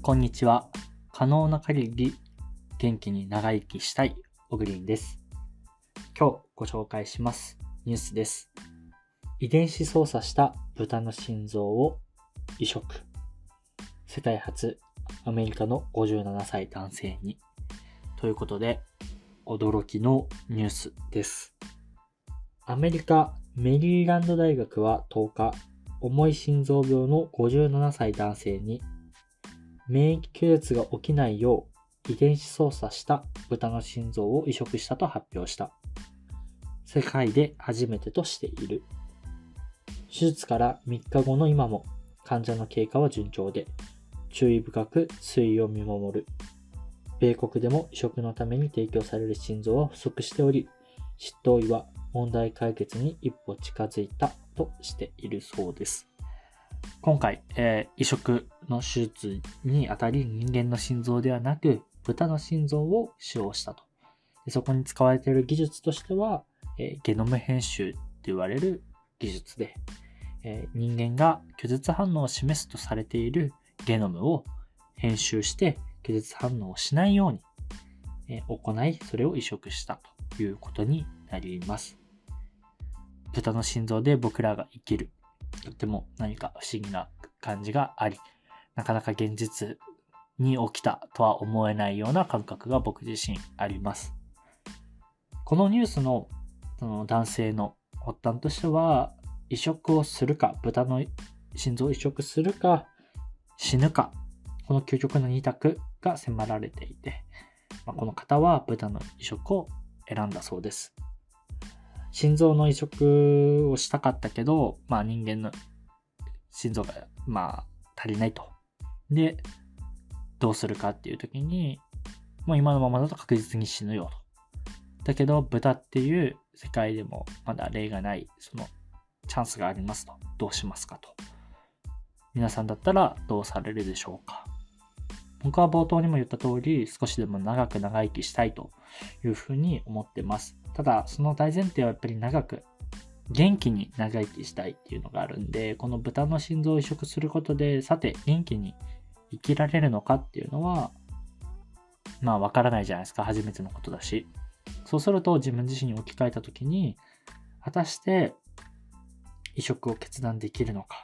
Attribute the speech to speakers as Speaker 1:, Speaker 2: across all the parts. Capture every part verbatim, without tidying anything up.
Speaker 1: こんにちは。可能な限り元気に長生きしたいオグリーンです。今日ご紹介しますニュースです。遺伝子操作した豚の心臓を移植。世界初、アメリカのごじゅうななさい男性に。ということで、驚きのニュースです。アメリカメリーランド大学はとおか、重い心臓病のごじゅうななさい男性に免疫拒絶が起きないよう遺伝子操作した豚の心臓を移植したと発表した。世界で初めてとしている。手術からみっかごの今も患者の経過は順調で、注意深く推移を見守る。米国でも移植のために提供される心臓は不足しており、執刀医は問題解決に一歩近づいたとしているそうです。今回、えー、移植の手術にあたり人間の心臓ではなく豚の心臓を使用したと。でそこに使われている技術としては、えー、ゲノム編集と言われる技術で、えー、人間が拒絶反応を示すとされているゲノムを編集して拒絶反応をしないように、えー、行いそれを移植したということになります。豚の心臓で僕らが生きる。とても何か不思議な感じがあり、なかなか現実に起きたとは思えないような感覚が僕自身あります。このニュースの、その男性の発端としては、移植をするか、豚の心臓を移植するか、死ぬか、この究極の二択が迫られていて、まあ、この方は豚の移植を選んだそうです。心臓の移植をしたかったけど、まあ人間の心臓がまあ足りないと。で、どうするかっていう時に、もう今のままだと確実に死ぬよと。だけど豚っていう世界でもまだ例がないそのチャンスがありますと。どうしますかと。皆さんだったらどうされるでしょうか。僕は冒頭にも言った通り、少しでも長く長生きしたいというふうに思ってます。ただ、その大前提はやっぱり長く、元気に長生きしたいっていうのがあるんで、この豚の心臓を移植することで、さて、元気に生きられるのかっていうのは、まあ、わからないじゃないですか。初めてのことだし。そうすると、自分自身に置き換えたときに、果たして、移植を決断できるのか。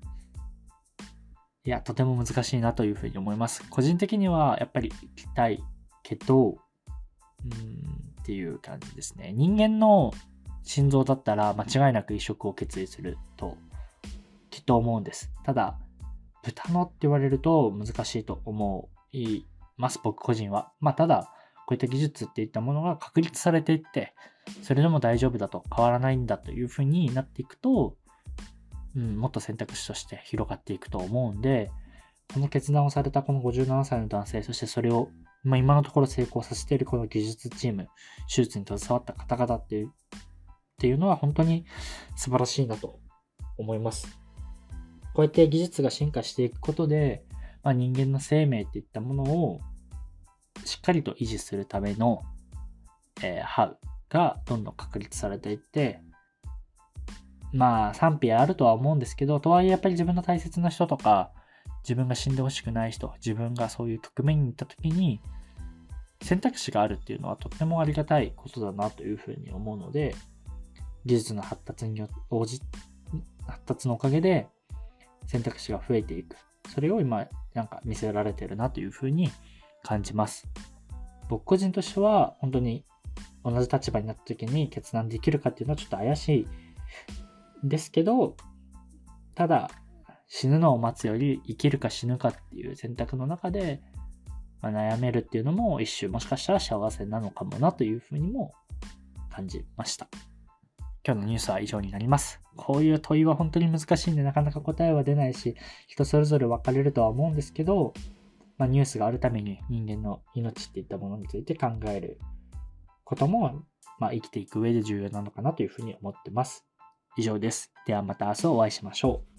Speaker 1: いや、とても難しいなというふうに思います。個人的には、やっぱり行きたいけど、うーんっていう感じですね。人間の心臓だったら間違いなく移植を決意するときっと思うんです。ただ、豚のって言われると難しいと思います、僕個人は。まあ、ただ、こういった技術っていったものが確立されていって、それでも大丈夫だと変わらないんだというふうになっていくと、うん、もっと選択肢として広がっていくと思うんで、この決断をされたこのごじゅうななさいの男性、そしてそれをまあ、今のところ成功させているこの技術チーム、手術に携わった方々っていう、っていうのは本当に素晴らしいなと思います。こうやって技術が進化していくことで、まあ、人間の生命っていったものをしっかりと維持するための、えー、How がどんどん確立されていって、まあ賛否あるとは思うんですけど、とはいえやっぱり自分の大切な人とか、自分が死んでほしくない人、自分がそういう局面に行った時に選択肢があるっていうのはとってもありがたいことだなというふうに思うので、技術の発達に応じ、発達のおかげで選択肢が増えていく。それを今なんか見せられてるなというふうに感じます。僕個人としては本当に同じ立場になった時に決断できるかっていうのはちょっと怪しいですけど、ただ死ぬのを待つより生きるか死ぬかっていう選択の中で、まあ、悩めるっていうのも一種もしかしたら幸せなのかもなというふうにも感じました。今日のニュースは以上になります。こういう問いは本当に難しいんでなかなか答えは出ないし、人それぞれ分かれるとは思うんですけど、まあ、ニュースがあるために人間の命っていったものについて考えることも、まあ、生きていく上で重要なのかなというふうに思ってます。以上です。ではまた明日お会いしましょう。